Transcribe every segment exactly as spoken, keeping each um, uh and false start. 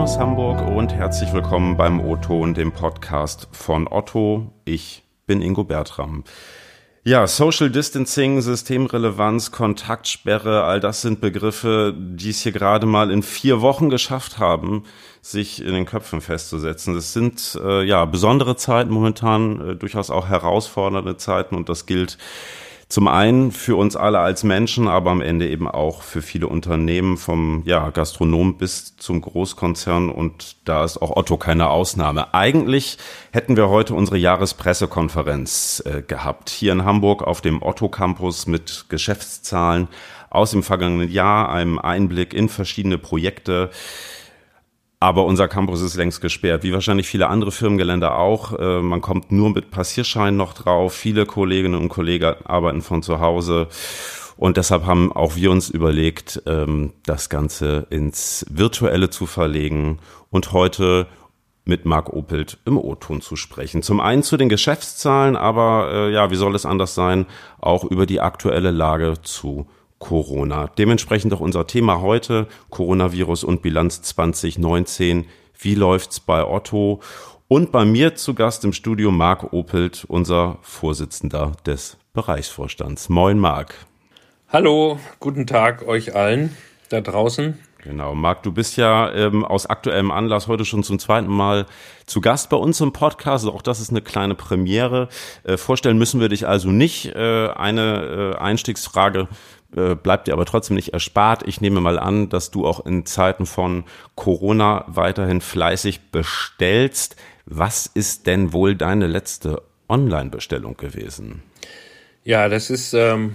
Moin aus Hamburg und herzlich willkommen beim O-Ton, dem Podcast von Otto. Ich bin Ingo Bertram. Ja, Social Distancing, Systemrelevanz, Kontaktsperre, all das sind Begriffe, die es hier gerade mal in vier Wochen geschafft haben, sich in den Köpfen festzusetzen. Das sind äh, ja besondere Zeiten momentan, äh, durchaus auch herausfordernde Zeiten, und das gilt zum einen für uns alle als Menschen, aber am Ende eben auch für viele Unternehmen, vom ja, Gastronom bis zum Großkonzern, und da ist auch Otto keine Ausnahme. Eigentlich hätten wir heute unsere Jahrespressekonferenz äh, gehabt, hier in Hamburg auf dem Otto Campus mit Geschäftszahlen aus dem vergangenen Jahr, einem Einblick in verschiedene Projekte. Aber unser Campus ist längst gesperrt, wie wahrscheinlich viele andere Firmengelände auch. Äh, man kommt nur mit Passierschein noch drauf. Viele Kolleginnen und Kollegen arbeiten von zu Hause. Und deshalb haben auch wir uns überlegt, ähm, das Ganze ins Virtuelle zu verlegen und heute mit Marc Opelt im O-Ton zu sprechen. Zum einen zu den Geschäftszahlen, aber äh, ja, wie soll es anders sein, auch über die aktuelle Lage zu Corona. Dementsprechend auch unser Thema heute, Coronavirus und Bilanz zwanzig neunzehn. Wie läuft's bei Otto? Und bei mir zu Gast im Studio Marc Opelt, unser Vorsitzender des Bereichsvorstands. Moin Marc. Hallo, guten Tag euch allen da draußen. Genau, Marc, du bist ja ähm, aus aktuellem Anlass heute schon zum zweiten Mal zu Gast bei uns im Podcast. Auch das ist eine kleine Premiere. Äh, vorstellen müssen wir dich also nicht. Äh, eine äh, Einstiegsfrage äh, bleibt dir aber trotzdem nicht erspart. Ich nehme mal an, dass du auch in Zeiten von Corona weiterhin fleißig bestellst. Was ist denn wohl deine letzte Online-Bestellung gewesen? Ja, das ist... Ähm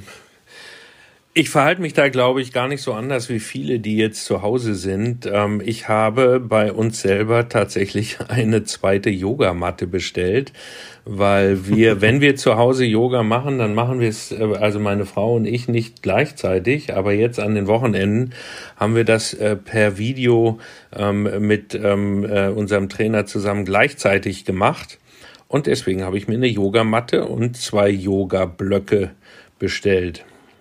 Ich verhalte mich da, glaube ich, gar nicht so anders wie viele, die jetzt zu Hause sind. Ähm, ich habe bei uns selber tatsächlich eine zweite Yogamatte bestellt, weil wir, wenn wir zu Hause Yoga machen, dann machen wir es, äh, also meine Frau und ich, nicht gleichzeitig. Aber jetzt an den Wochenenden haben wir das äh, per Video ähm, mit ähm, äh, unserem Trainer zusammen gleichzeitig gemacht. Und deswegen habe ich mir eine Yogamatte und zwei Yoga-Blöcke bestellt.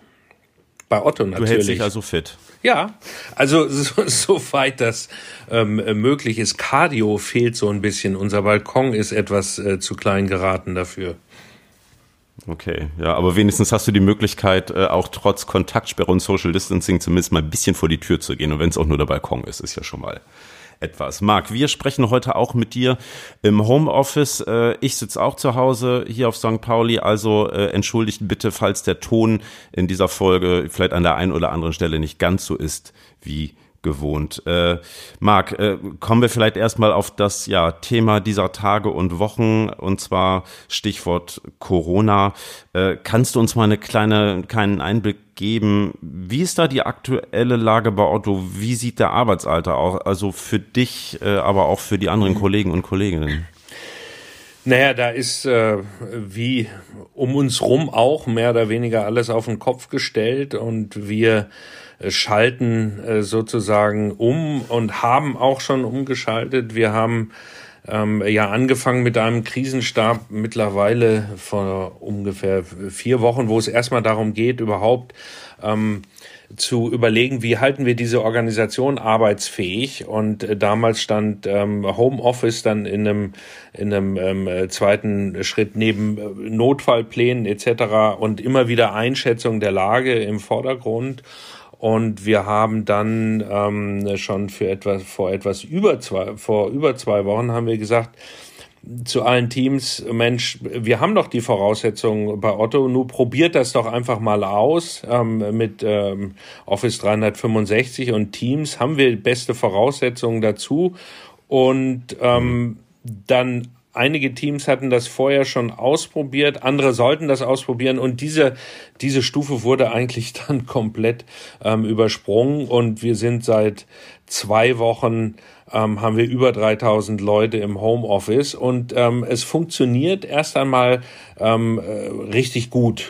Bei Otto natürlich. Du hältst dich also fit. Ja, also so, so weit das ähm, möglich ist. Cardio fehlt so ein bisschen. Unser Balkon ist etwas äh, zu klein geraten dafür. Okay, ja, aber wenigstens hast du die Möglichkeit, äh, auch trotz Kontaktsperre und Social Distancing zumindest mal ein bisschen vor die Tür zu gehen. Und wenn es auch nur der Balkon ist, ist ja schon mal etwas. Marc, wir sprechen heute auch mit dir im Homeoffice. Ich sitze auch zu Hause hier auf Sankt Pauli, also entschuldigt bitte, falls der Ton in dieser Folge vielleicht an der einen oder anderen Stelle nicht ganz so ist wie gewohnt. Äh, Marc, äh, kommen wir vielleicht erstmal auf das ja, Thema dieser Tage und Wochen, und zwar Stichwort Corona. Äh, kannst du uns mal eine kleine, kleinen Einblick geben? Wie ist da die aktuelle Lage bei Otto? Wie sieht der Arbeitsalltag aus? Also für dich, äh, aber auch für die anderen Kollegen und Kolleginnen. Naja, da ist äh, wie um uns rum auch mehr oder weniger alles auf den Kopf gestellt, und wir schalten äh, sozusagen um und haben auch schon umgeschaltet. Wir haben ähm, ja angefangen mit einem Krisenstab mittlerweile vor ungefähr vier Wochen, wo es erstmal darum geht, überhaupt ähm, zu überlegen, wie halten wir diese Organisation arbeitsfähig. Und äh, damals stand ähm, Homeoffice dann in einem in einem ähm, zweiten Schritt neben äh, Notfallplänen et cetera und immer wieder Einschätzung der Lage im Vordergrund. Und wir haben dann ähm, schon für etwas vor etwas über zwei vor über zwei Wochen haben wir gesagt zu allen Teams: Mensch, wir haben doch die Voraussetzungen bei Otto, nun probiert das doch einfach mal aus. Ähm, mit ähm, Office dreihundertfünfundsechzig und Teams haben wir beste Voraussetzungen dazu. Und ähm, dann einige Teams hatten das vorher schon ausprobiert, andere sollten das ausprobieren, und diese diese Stufe wurde eigentlich dann komplett ähm, übersprungen, und wir sind seit zwei Wochen ähm, haben wir über dreitausend Leute im Homeoffice, und ähm, es funktioniert erst einmal ähm, äh, richtig gut.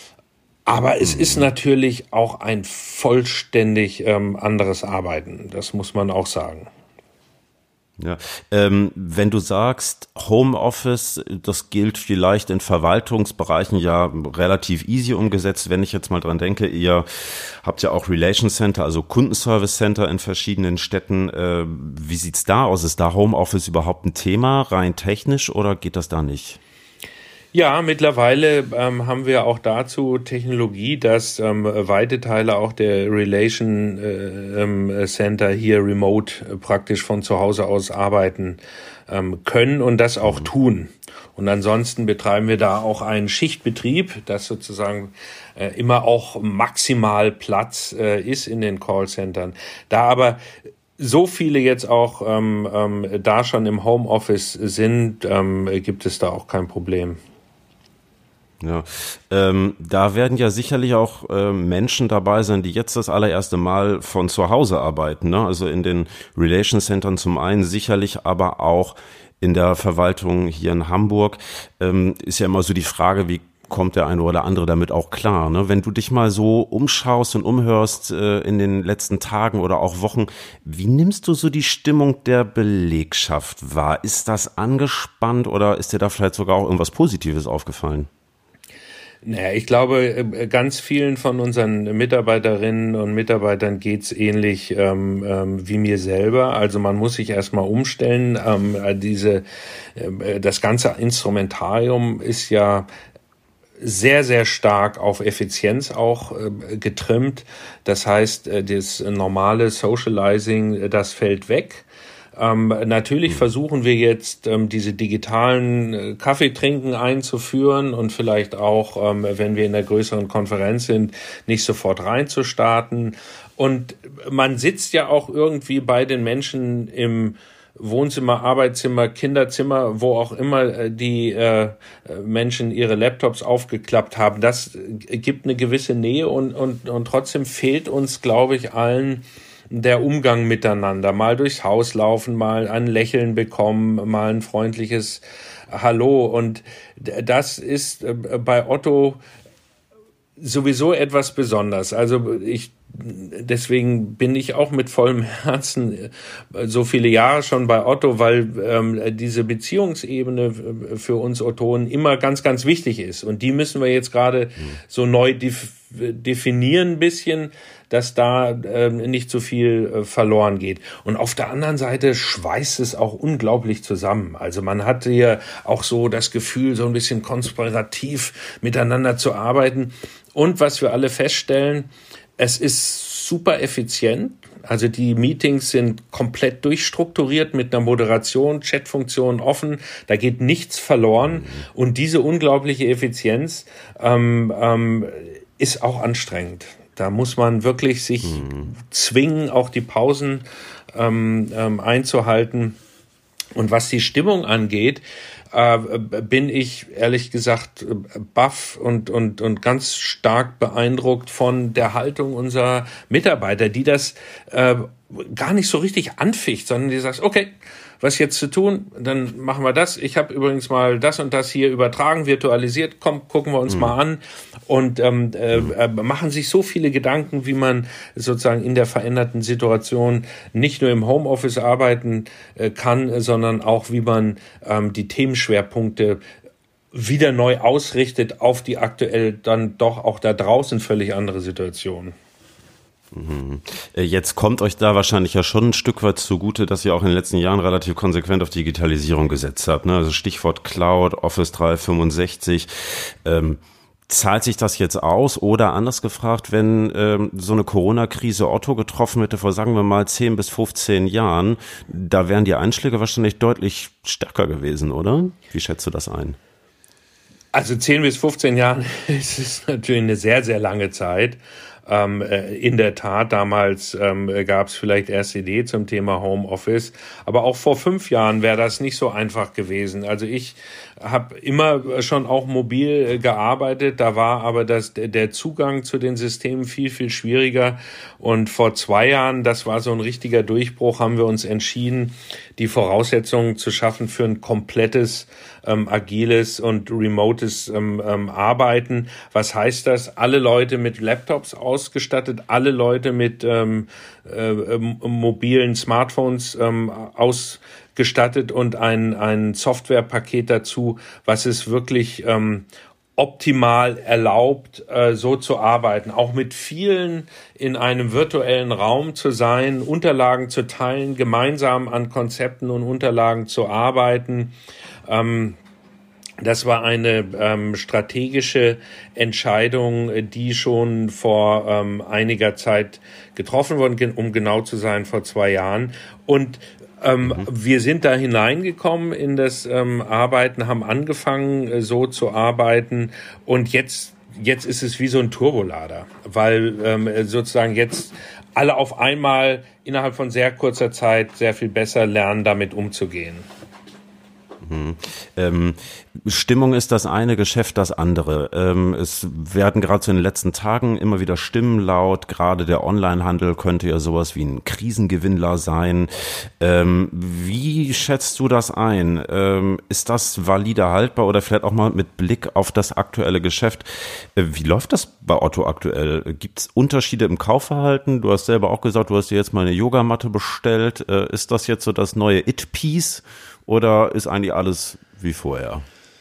Aber es ist natürlich auch ein vollständig ähm, anderes Arbeiten, das muss man auch sagen. Ja, ähm, wenn du sagst Homeoffice, das gilt vielleicht in Verwaltungsbereichen ja relativ easy umgesetzt. Wenn ich jetzt mal dran denke, ihr habt ja auch Relation Center, also Kundenservice Center in verschiedenen Städten. Äh, wie sieht's da aus? Ist da Homeoffice überhaupt ein Thema, rein technisch, oder geht das da nicht? Ja, mittlerweile ähm, haben wir auch dazu Technologie, dass ähm, weite Teile auch der Relation äh, ähm, Center hier remote äh, praktisch von zu Hause aus arbeiten ähm, können und das auch tun. Und ansonsten betreiben wir da auch einen Schichtbetrieb, dass sozusagen äh, immer auch maximal Platz äh, ist in den Callcentern. Da aber so viele jetzt auch ähm, ähm, da schon im Homeoffice sind, ähm, gibt es da auch kein Problem. Ja, ähm, da werden ja sicherlich auch äh, Menschen dabei sein, die jetzt das allererste Mal von zu Hause arbeiten, ne? Also in den Relation Centern zum einen sicherlich, aber auch in der Verwaltung hier in Hamburg. Ähm, ist ja immer so die Frage, wie kommt der eine oder andere damit auch klar, ne? Wenn du dich mal so umschaust und umhörst äh, in den letzten Tagen oder auch Wochen, wie nimmst du so die Stimmung der Belegschaft wahr? Ist das angespannt oder ist dir da vielleicht sogar auch irgendwas Positives aufgefallen? Naja, ich glaube, ganz vielen von unseren Mitarbeiterinnen und Mitarbeitern geht's ähnlich ähm, ähm, wie mir selber. Also man muss sich erstmal umstellen. Ähm, diese, äh, das ganze Instrumentarium ist ja sehr, sehr stark auf Effizienz auch äh, getrimmt. Das heißt, äh, das normale Socializing, das fällt weg. Ähm, natürlich versuchen wir jetzt, ähm, diese digitalen äh, Kaffeetrinken einzuführen und vielleicht auch, ähm, wenn wir in einer größeren Konferenz sind, nicht sofort reinzustarten. Und man sitzt ja auch irgendwie bei den Menschen im Wohnzimmer, Arbeitszimmer, Kinderzimmer, wo auch immer äh, die äh, Menschen ihre Laptops aufgeklappt haben. Das gibt eine gewisse Nähe und, und, und trotzdem fehlt uns, glaube ich, allen der Umgang miteinander, mal durchs Haus laufen, mal ein Lächeln bekommen, mal ein freundliches Hallo. Und das ist bei Otto sowieso etwas Besonderes. Also ich, deswegen bin ich auch mit vollem Herzen so viele Jahre schon bei Otto, weil ähm, diese Beziehungsebene für uns Ottonen immer ganz, ganz wichtig ist. Und die müssen wir jetzt gerade so neu def- definieren ein bisschen, dass da äh, nicht so viel äh, verloren geht. Und auf der anderen Seite schweißt es auch unglaublich zusammen. Also man hat hier auch so das Gefühl, so ein bisschen konspirativ miteinander zu arbeiten. Und was wir alle feststellen, es ist super effizient. Also die Meetings sind komplett durchstrukturiert mit einer Moderation, Chatfunktion offen. Da geht nichts verloren. Und diese unglaubliche Effizienz ähm, ähm, ist auch anstrengend. Da muss man wirklich sich mhm. zwingen, auch die Pausen ähm, ähm, einzuhalten. Und was die Stimmung angeht, äh, bin ich ehrlich gesagt baff und, und, und ganz stark beeindruckt von der Haltung unserer Mitarbeiter, die das äh, gar nicht so richtig anficht, sondern die sagt, okay, was jetzt zu tun, dann machen wir das. Ich habe übrigens mal das und das hier übertragen, virtualisiert. Komm, gucken wir uns mhm. mal an und ähm, äh, äh, machen sich so viele Gedanken, wie man sozusagen in der veränderten Situation nicht nur im Homeoffice arbeiten äh, kann, sondern auch, wie man ähm, die Themenschwerpunkte wieder neu ausrichtet auf die aktuell dann doch auch da draußen völlig andere Situation. Jetzt kommt euch da wahrscheinlich ja schon ein Stück weit zugute, dass ihr auch in den letzten Jahren relativ konsequent auf Digitalisierung gesetzt habt, ne? Also Stichwort Cloud, Office dreihundertfünfundsechzig. Ähm, zahlt sich das jetzt aus? Oder anders gefragt, wenn ähm, so eine Corona-Krise Otto getroffen hätte vor, sagen wir mal, zehn bis fünfzehn Jahren, da wären die Einschläge wahrscheinlich deutlich stärker gewesen, oder? Wie schätzt du das ein? Also zehn bis fünfzehn Jahren ist es natürlich eine sehr, sehr lange Zeit. Ähm, äh, in der Tat, damals ähm, gab es vielleicht erste Idee zum Thema Homeoffice, aber auch vor fünf Jahren wäre das nicht so einfach gewesen. Also ich habe immer schon auch mobil äh, gearbeitet, da war aber das, der Zugang zu den Systemen viel, viel schwieriger. Und vor zwei Jahren, das war so ein richtiger Durchbruch, haben wir uns entschieden, die Voraussetzungen zu schaffen für ein komplettes ähm, agiles und remotes ähm, ähm, Arbeiten. Was heißt das? Alle Leute mit Laptops ausgestattet, alle Leute mit ähm, äh, mobilen Smartphones ähm, ausgestattet ausgestattet und ein, ein Softwarepaket dazu, was es wirklich ähm, optimal erlaubt, äh, so zu arbeiten, auch mit vielen in einem virtuellen Raum zu sein, Unterlagen zu teilen, gemeinsam an Konzepten und Unterlagen zu arbeiten. Ähm, das war eine ähm, strategische Entscheidung, die schon vor ähm, einiger Zeit getroffen wurde, um genau zu sein, vor zwei Jahren. Und Ähm, mhm. wir sind da hineingekommen in das ähm, Arbeiten, haben angefangen, äh, so zu arbeiten und jetzt, jetzt ist es wie so ein Turbolader, weil ähm, sozusagen jetzt alle auf einmal innerhalb von sehr kurzer Zeit sehr viel besser lernen, damit umzugehen. Mhm. Ähm, Stimmung ist das eine, Geschäft das andere. Ähm, es werden gerade so in den letzten Tagen immer wieder Stimmen laut. Gerade der Onlinehandel könnte ja sowas wie ein Krisengewinnler sein. Ähm, wie schätzt du das ein? Ähm, ist das valide haltbar oder vielleicht auch mal mit Blick auf das aktuelle Geschäft? Äh, wie läuft das bei Otto aktuell? Gibt es Unterschiede im Kaufverhalten? Du hast selber auch gesagt, du hast dir jetzt mal eine Yogamatte bestellt. Äh, ist das jetzt so das neue It-Piece oder ist eigentlich alles wie vorher?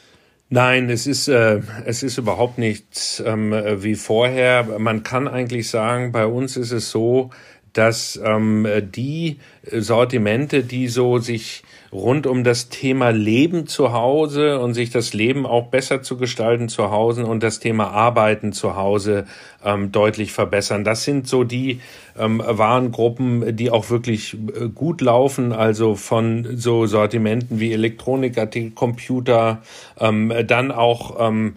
Nein, es ist äh, es ist überhaupt nicht ähm, wie vorher. Man kann eigentlich sagen, bei uns ist es so, dass ähm, die Sortimente, die so sich rund um das Thema Leben zu Hause und sich das Leben auch besser zu gestalten zu Hause und das Thema Arbeiten zu Hause ähm, deutlich verbessern. Das sind so die ähm, Warengruppen, die auch wirklich äh, gut laufen, also von so Sortimenten wie Elektronikartikel, Computer, ähm, dann auch ähm,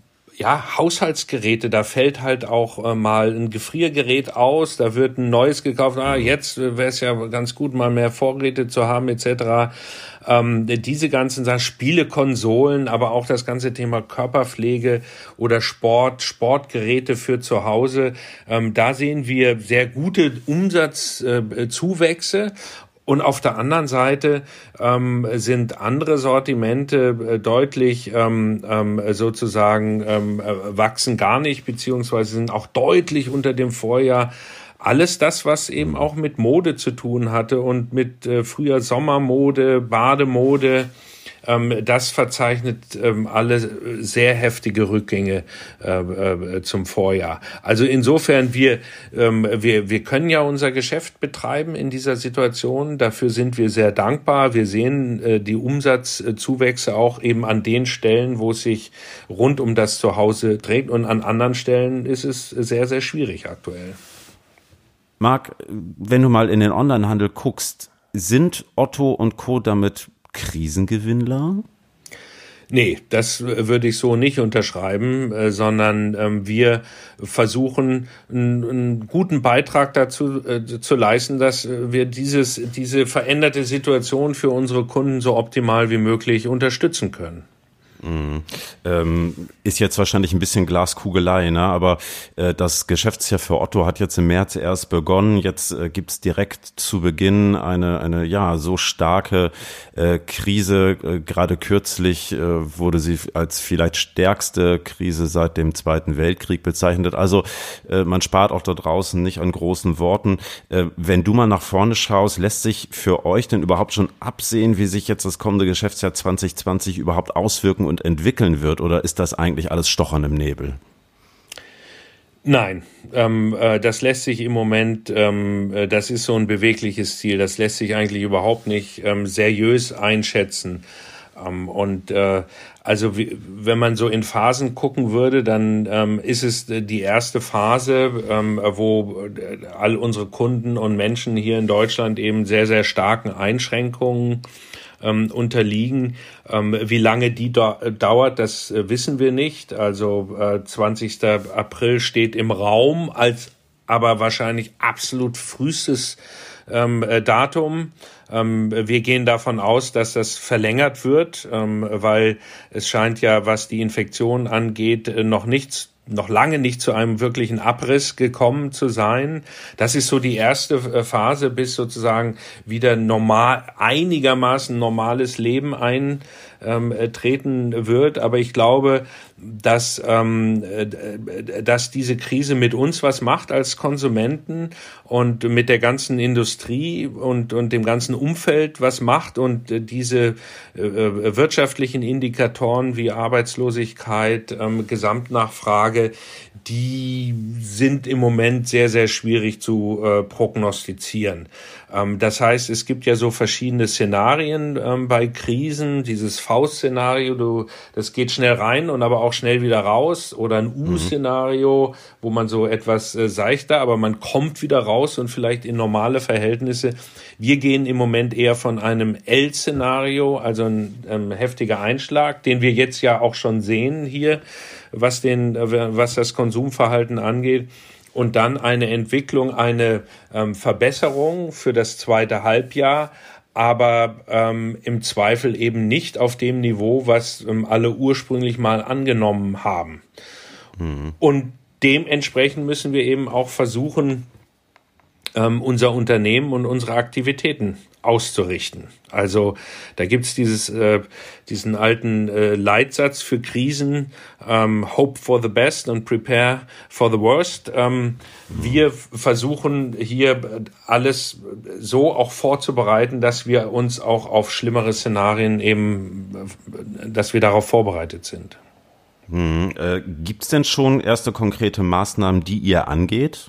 ja, Haushaltsgeräte, da fällt halt auch äh, mal ein Gefriergerät aus, da wird ein neues gekauft, ah, jetzt wäre es ja ganz gut, mal mehr Vorräte zu haben, et cetera. Ähm, diese ganzen Sachen, Spielekonsolen, aber auch das ganze Thema Körperpflege oder Sport, Sportgeräte für zu Hause, ähm, da sehen wir sehr gute Umsatzzuwächse. Äh, Und auf der anderen Seite ähm, sind andere Sortimente äh, deutlich ähm, ähm, sozusagen ähm, äh, wachsen gar nicht, beziehungsweise sind auch deutlich unter dem Vorjahr. Alles das, was eben auch mit Mode zu tun hatte und mit äh, früher Sommermode, Bademode, ähm, das verzeichnet ähm, alle sehr heftige Rückgänge äh, äh, zum Vorjahr. Also insofern, wir, ähm, wir, wir können ja unser Geschäft betreiben in dieser Situation. Dafür sind wir sehr dankbar. Wir sehen äh, die Umsatzzuwächse auch eben an den Stellen, wo es sich rund um das Zuhause dreht. Und an anderen Stellen ist es sehr, sehr schwierig aktuell. Marc, wenn du mal in den Onlinehandel guckst, sind Otto und Co. damit Krisengewinnler? Nee, das würde ich so nicht unterschreiben, äh, sondern ähm, wir versuchen, einen, einen guten Beitrag dazu äh, zu leisten, dass wir dieses, diese veränderte Situation für unsere Kunden so optimal wie möglich unterstützen können. Mhm. Ähm, ist jetzt wahrscheinlich ein bisschen Glaskugelei, ne? Aber äh, das Geschäftsjahr für Otto hat jetzt im März erst begonnen. Jetzt äh, gibt's direkt zu Beginn eine eine ja so starke äh, Krise. Äh, gerade kürzlich äh, wurde sie als vielleicht stärkste Krise seit dem Zweiten Weltkrieg bezeichnet. Also äh, man spart auch da draußen nicht an großen Worten. Äh, wenn du mal nach vorne schaust, lässt sich für euch denn überhaupt schon absehen, wie sich jetzt das kommende Geschäftsjahr zwanzig zwanzig überhaupt auswirken und entwickeln wird, oder ist das eigentlich alles Stochern im Nebel? Nein, ähm, äh, das lässt sich im Moment, ähm, äh, das ist so ein bewegliches Ziel, das lässt sich eigentlich überhaupt nicht ähm, seriös einschätzen. Ähm, und äh, also wie, wenn man so in Phasen gucken würde, dann ähm, ist es die erste Phase, ähm, wo all unsere Kunden und Menschen hier in Deutschland eben sehr, sehr starken Einschränkungen Ähm, unterliegen. Ähm, wie lange die da, äh, dauert, das äh, wissen wir nicht. Also äh, zwanzigster April steht im Raum als aber wahrscheinlich absolut frühestes ähm, äh, Datum. Ähm, wir gehen davon aus, dass das verlängert wird, ähm, weil es scheint ja, was die Infektion angeht, äh, noch nichts noch lange nicht zu einem wirklichen Abriss gekommen zu sein. Das ist so die erste Phase, bis sozusagen wieder normal, einigermaßen normales Leben eintreten wird. Aber ich glaube, dass, ähm, dass diese Krise mit uns was macht als Konsumenten und mit der ganzen Industrie und, und dem ganzen Umfeld was macht und diese äh, wirtschaftlichen Indikatoren wie Arbeitslosigkeit, ähm, Gesamtnachfrage, die sind im Moment sehr, sehr schwierig zu äh, prognostizieren. Ähm, das heißt, es gibt ja so verschiedene Szenarien ähm, bei Krisen. Dieses V-Szenario, du, das geht schnell rein und aber auch schnell wieder raus. Oder ein U-Szenario, wo man so etwas äh, seichter, aber man kommt wieder raus und vielleicht in normale Verhältnisse. Wir gehen im Moment eher von einem L-Szenario, also ein ähm, heftiger Einschlag, den wir jetzt ja auch schon sehen hier, was den, was das Konsumverhalten angeht, und dann eine Entwicklung, eine ähm, Verbesserung für das zweite Halbjahr, aber ähm, im Zweifel eben nicht auf dem Niveau, was ähm, alle ursprünglich mal angenommen haben. Mhm. Und dementsprechend müssen wir eben auch versuchen, ähm, unser Unternehmen und unsere Aktivitäten auszurichten. Also da gibt's dieses äh, diesen alten äh, Leitsatz für Krisen, ähm, Hope for the best and prepare for the worst. Ähm, wir versuchen hier alles so auch vorzubereiten, dass wir uns auch auf schlimmere Szenarien eben, dass wir darauf vorbereitet sind. Hm, äh, gibt's denn schon erste konkrete Maßnahmen, die ihr angeht?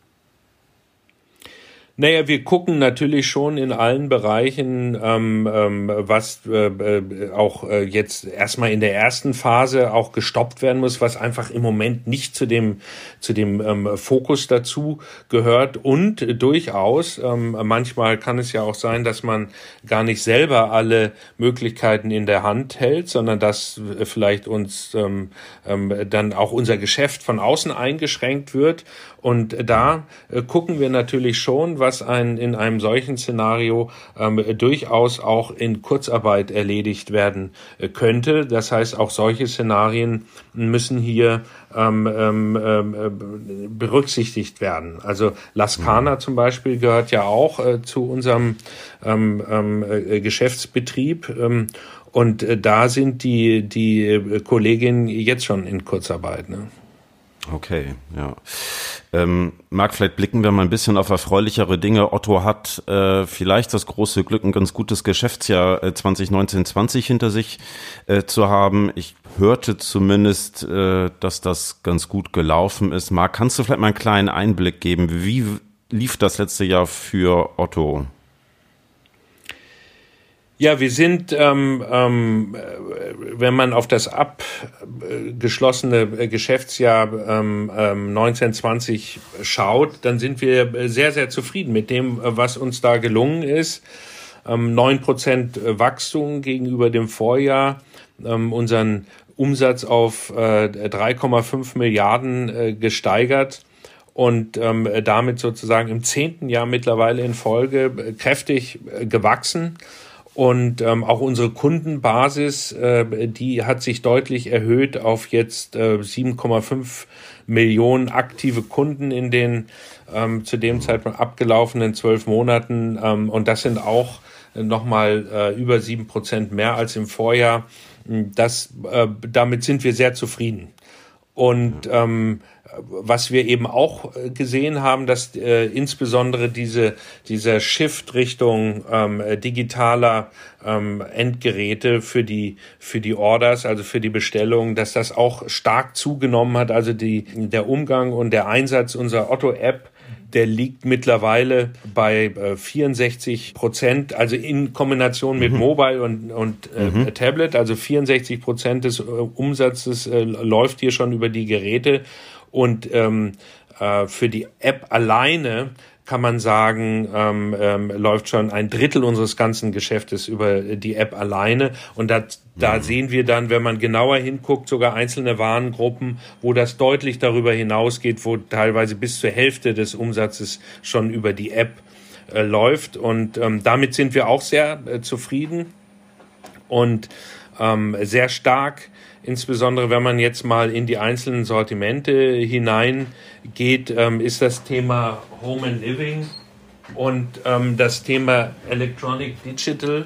Naja, wir gucken natürlich schon in allen Bereichen, ähm, ähm, was äh, auch äh, jetzt erstmal in der ersten Phase auch gestoppt werden muss, was einfach im Moment nicht zu dem zu dem ähm, Fokus dazu gehört. Und durchaus, ähm, manchmal kann es ja auch sein, dass man gar nicht selber alle Möglichkeiten in der Hand hält, sondern dass äh, vielleicht uns ähm, ähm, dann auch unser Geschäft von außen eingeschränkt wird. Und da äh, gucken wir natürlich schon, was ein, in einem solchen Szenario ähm, durchaus auch in Kurzarbeit erledigt werden äh, könnte. Das heißt, auch solche Szenarien müssen hier ähm, ähm, berücksichtigt werden. Also Lascana zum Beispiel gehört ja auch äh, zu unserem ähm, äh, Geschäftsbetrieb. Ähm, und äh, da sind die, die Kolleginnen jetzt schon in Kurzarbeit, ne? Okay, ja. Ähm, Marc, vielleicht blicken wir mal ein bisschen auf erfreulichere Dinge. Otto hat äh, vielleicht das große Glück, ein ganz gutes Geschäftsjahr äh, zwanzig neunzehn zwanzig hinter sich äh, zu haben. Ich hörte zumindest, äh, dass das ganz gut gelaufen ist. Marc, kannst du vielleicht mal einen kleinen Einblick geben? Wie lief das letzte Jahr für Otto? Ja, wir sind, ähm, ähm, wenn man auf das abgeschlossene Geschäftsjahr ähm, ähm, neunzehn zwanzig schaut, dann sind wir sehr, sehr zufrieden mit dem, was uns da gelungen ist. Ähm, neun Prozent Wachstum gegenüber dem Vorjahr, ähm, unseren Umsatz auf äh, drei Komma fünf Milliarden äh, gesteigert. Und ähm, damit sozusagen im zehnten Jahr mittlerweile in Folge kräftig äh, gewachsen. Und ähm, auch unsere Kundenbasis, äh, die hat sich deutlich erhöht auf jetzt äh, sieben Komma fünf Millionen aktive Kunden in den ähm, zu dem Zeitpunkt abgelaufenen zwölf Monaten. Ähm, und das sind auch äh, nochmal äh, über sieben Prozent mehr als im Vorjahr. Das, äh, damit sind wir sehr zufrieden. Und ähm, was wir eben auch gesehen haben, dass äh, insbesondere diese dieser Shift Richtung ähm, digitaler ähm, Endgeräte für die für die Orders, also für die Bestellungen, dass das auch stark zugenommen hat. Also die der Umgang und der Einsatz unserer Otto-App, der liegt mittlerweile bei äh, vierundsechzig Prozent, also in Kombination mit mhm. Mobile und, und äh, mhm. Tablet, also vierundsechzig Prozent des äh, Umsatzes äh, läuft hier schon über die Geräte. Und ähm, äh, für die App alleine kann man sagen, ähm, ähm, läuft schon ein Drittel unseres ganzen Geschäftes über die App alleine. Und da, da mhm. sehen wir dann, wenn man genauer hinguckt, sogar einzelne Warengruppen, wo das deutlich darüber hinausgeht, wo teilweise bis zur Hälfte des Umsatzes schon über die App äh, läuft. Und ähm, damit sind wir auch sehr äh, zufrieden und ähm, sehr stark. Insbesondere wenn man jetzt mal in die einzelnen Sortimente hineingeht, ähm, ist das Thema Home and Living und ähm, das Thema Electronic Digital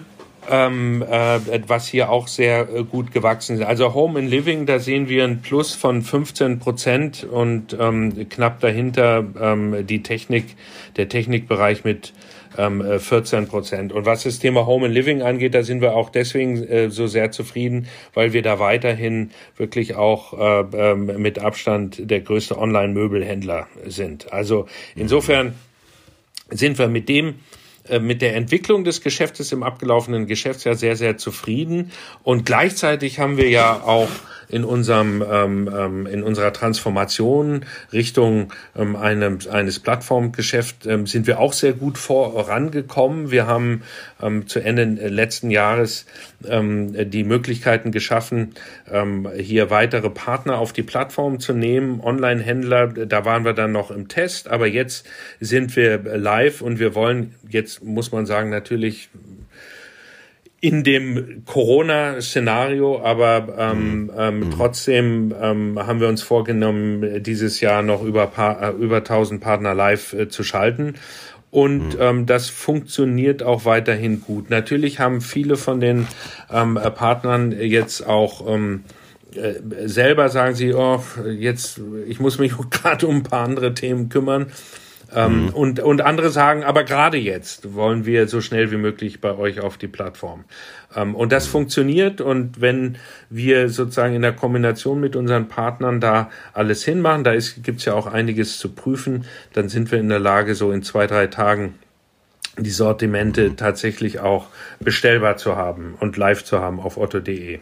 ähm, äh, was hier auch sehr äh, gut gewachsen ist. Also Home and Living, da sehen wir ein Plus von fünfzehn Prozent und ähm, knapp dahinter ähm, die Technik, der Technikbereich mit ähm, vierzehn Prozent. Und was das Thema Home and Living angeht, da sind wir auch deswegen äh, so sehr zufrieden, weil wir da weiterhin wirklich auch äh, äh, mit Abstand der größte Online-Möbelhändler sind. Also insofern sind wir mit dem mit der Entwicklung des Geschäftes im abgelaufenen Geschäftsjahr sehr, sehr zufrieden. Und gleichzeitig haben wir ja auch in unserem ähm, in unserer Transformation Richtung ähm, einem, eines Plattformgeschäfts ähm, sind wir auch sehr gut vorangekommen. Wir haben ähm, zu Ende letzten Jahres ähm, die Möglichkeiten geschaffen, ähm, hier weitere Partner auf die Plattform zu nehmen, Online-Händler. Da waren wir dann noch im Test, aber jetzt sind wir live und wir wollen jetzt, muss man sagen, natürlich in dem Corona-Szenario, aber ähm, ähm, mhm. trotzdem ähm, haben wir uns vorgenommen, dieses Jahr noch über, pa- über tausend Partner live äh, zu schalten. Und mhm. ähm, das funktioniert auch weiterhin gut. Natürlich haben viele von den ähm, Partnern jetzt auch ähm, äh, selber sagen sie, oh, jetzt ich muss mich gerade um ein paar andere Themen kümmern. Ähm, mhm. und, und andere sagen, aber gerade jetzt wollen wir so schnell wie möglich bei euch auf die Plattform. Ähm, und das mhm. funktioniert. Und wenn wir sozusagen in der Kombination mit unseren Partnern da alles hinmachen, da gibt es ja auch einiges zu prüfen, dann sind wir in der Lage, so in zwei, drei Tagen die Sortimente mhm. tatsächlich auch bestellbar zu haben und live zu haben auf otto punkt de.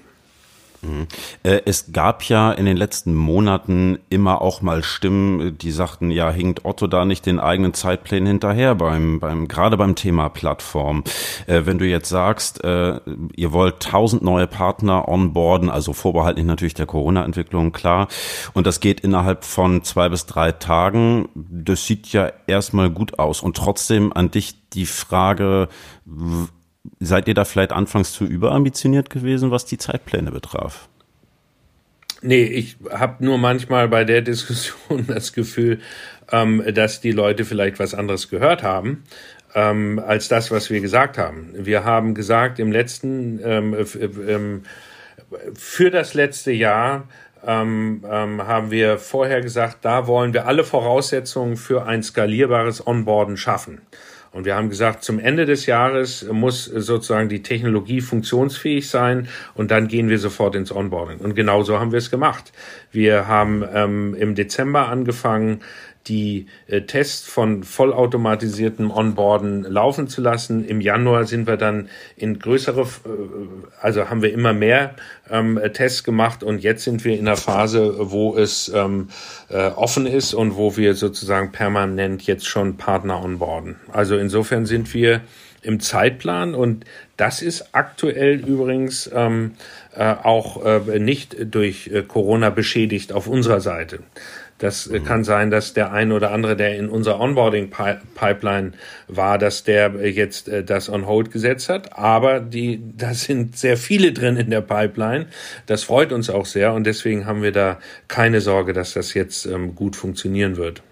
Es gab ja in den letzten Monaten immer auch mal Stimmen, die sagten, ja, hinkt Otto da nicht den eigenen Zeitplänen hinterher beim, beim, gerade beim Thema Plattform. Wenn du jetzt sagst, ihr wollt tausend neue Partner onboarden, also vorbehaltlich natürlich der Corona-Entwicklung, klar, und das geht innerhalb von zwei bis drei Tagen, das sieht ja erstmal gut aus. Und trotzdem an dich die Frage, seid ihr da vielleicht anfangs zu überambitioniert gewesen, was die Zeitpläne betraf? Nee, ich habe nur manchmal bei der Diskussion das Gefühl, ähm, dass die Leute vielleicht was anderes gehört haben, ähm, als das, was wir gesagt haben. Wir haben gesagt, im letzten, ähm, ähm, für das letzte Jahr ähm, ähm, haben wir vorher gesagt, da wollen wir alle Voraussetzungen für ein skalierbares Onboarden schaffen. Und wir haben gesagt, zum Ende des Jahres muss sozusagen die Technologie funktionsfähig sein und dann gehen wir sofort ins Onboarding. Und genau so haben wir es gemacht. Wir haben ähm, im Dezember angefangen, die äh, Tests von vollautomatisiertem Onboarden laufen zu lassen. Im Januar sind wir dann in größere, äh, also haben wir immer mehr ähm, Tests gemacht und jetzt sind wir in einer Phase, wo es ähm, äh, offen ist und wo wir sozusagen permanent jetzt schon Partner onboarden. Also insofern sind wir im Zeitplan und das ist aktuell übrigens ähm, äh, auch äh, nicht durch äh, Corona beschädigt auf unserer Seite. Das mhm. kann sein, dass der ein oder andere, der in unserer Onboarding-Pipeline war, dass der jetzt äh, das on hold gesetzt hat. Aber die, da sind sehr viele drin in der Pipeline. Das freut uns auch sehr und deswegen haben wir da keine Sorge, dass das jetzt ähm, gut funktionieren wird.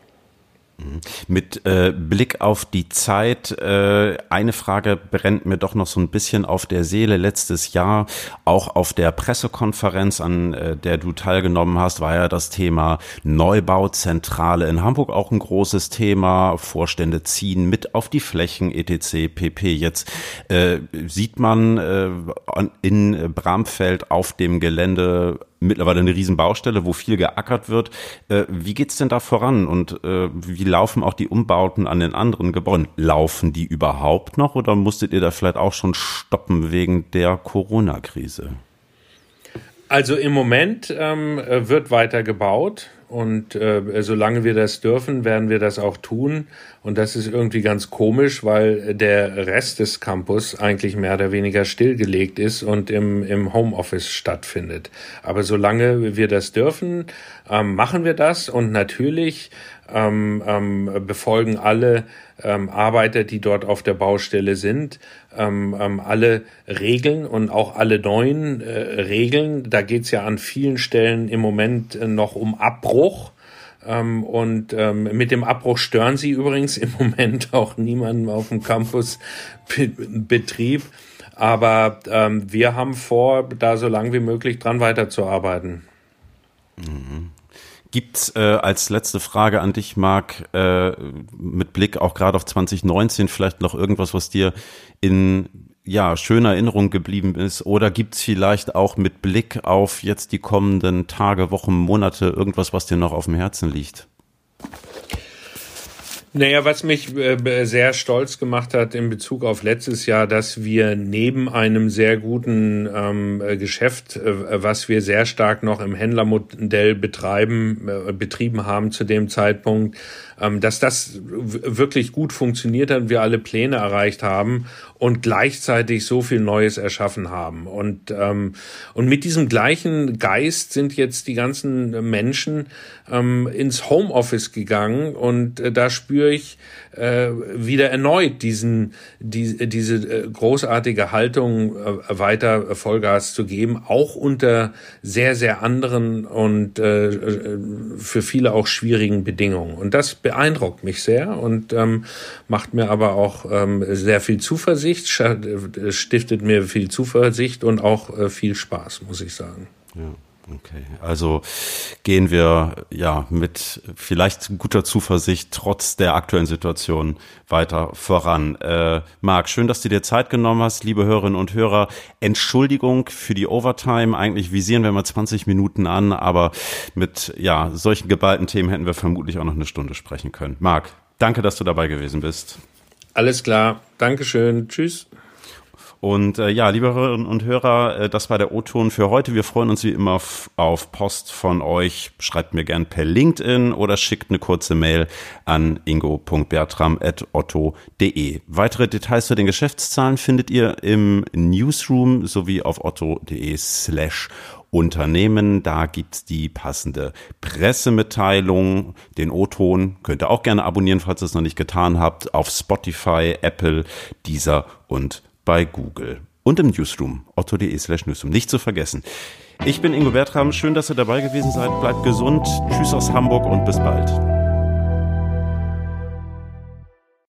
Mit äh, Blick auf die Zeit, äh, eine Frage brennt mir doch noch so ein bisschen auf der Seele. Letztes Jahr, auch auf der Pressekonferenz, an äh, der du teilgenommen hast, war ja das Thema Neubauzentrale in Hamburg auch ein großes Thema. Vorstände ziehen mit auf die Flächen, et cetera pp. Jetzt äh, sieht man äh, in Bramfeld auf dem Gelände mittlerweile eine Riesenbaustelle, wo viel geackert wird. Äh, wie geht's denn da voran und äh, wie laufen auch die Umbauten an den anderen Gebäuden? Laufen die überhaupt noch oder musstet ihr da vielleicht auch schon stoppen wegen der Corona-Krise? Also im Moment ähm, wird weiter gebaut und äh, solange wir das dürfen, werden wir das auch tun. Und das ist irgendwie ganz komisch, weil der Rest des Campus eigentlich mehr oder weniger stillgelegt ist und im, im Homeoffice stattfindet. Aber solange wir das dürfen, ähm, machen wir das. Und natürlich ähm, ähm, befolgen alle ähm, Arbeiter, die dort auf der Baustelle sind, ähm, ähm, alle Regeln und auch alle neuen äh, Regeln. Da geht's ja an vielen Stellen im Moment äh, noch um Abbruch. Ähm, und ähm, mit dem Abbruch stören sie übrigens im Moment auch niemanden auf dem Campusbetrieb. Aber ähm, wir haben vor, da so lang wie möglich dran weiterzuarbeiten. Mhm. Gibt's äh, als letzte Frage an dich, Marc, äh, mit Blick auch gerade auf zwanzig neunzehn vielleicht noch irgendwas, was dir in ja schöner Erinnerung geblieben ist? Oder gibt's vielleicht auch mit Blick auf jetzt die kommenden Tage, Wochen, Monate irgendwas, was dir noch auf dem Herzen liegt? Naja, was mich äh, sehr stolz gemacht hat in Bezug auf letztes Jahr, dass wir neben einem sehr guten ähm, Geschäft, äh, was wir sehr stark noch im Händlermodell betreiben, äh, betrieben haben zu dem Zeitpunkt, ähm, dass das w- wirklich gut funktioniert hat und wir alle Pläne erreicht haben und gleichzeitig so viel Neues erschaffen haben. Und ähm, und mit diesem gleichen Geist sind jetzt die ganzen Menschen ähm, ins Homeoffice gegangen und äh, da spüre ich äh, wieder erneut diesen die, diese äh, großartige Haltung äh, weiter Vollgas zu geben, auch unter sehr, sehr anderen und äh, für viele auch schwierigen Bedingungen. Und das beeindruckt mich sehr und ähm, macht mir aber auch ähm, sehr viel Zuversicht, stiftet mir viel Zuversicht und auch äh, viel Spaß, muss ich sagen. Ja. Okay, also gehen wir ja mit vielleicht guter Zuversicht trotz der aktuellen Situation weiter voran. Äh, Marc, schön, dass du dir Zeit genommen hast, liebe Hörerinnen und Hörer. Entschuldigung für die Overtime. Eigentlich visieren wir mal zwanzig Minuten an, aber mit ja solchen geballten Themen hätten wir vermutlich auch noch eine Stunde sprechen können. Marc, danke, dass du dabei gewesen bist. Alles klar, Dankeschön, tschüss. Und äh, ja, liebe Hörerinnen und Hörer, äh, das war der O-Ton für heute. Wir freuen uns wie immer f- auf Post von euch. Schreibt mir gern per LinkedIn oder schickt eine kurze Mail an ingo punkt bertram at otto punkt de. Weitere Details zu den Geschäftszahlen findet ihr im Newsroom sowie auf otto.de slash Unternehmen. Da gibt's die passende Pressemitteilung. Den O-Ton könnt ihr auch gerne abonnieren, falls ihr es noch nicht getan habt, auf Spotify, Apple, Deezer und bei Google und im Newsroom, otto.de slash Newsroom. Nicht zu vergessen. Ich bin Ingo Bertram. Schön, dass ihr dabei gewesen seid. Bleibt gesund. Tschüss aus Hamburg und bis bald.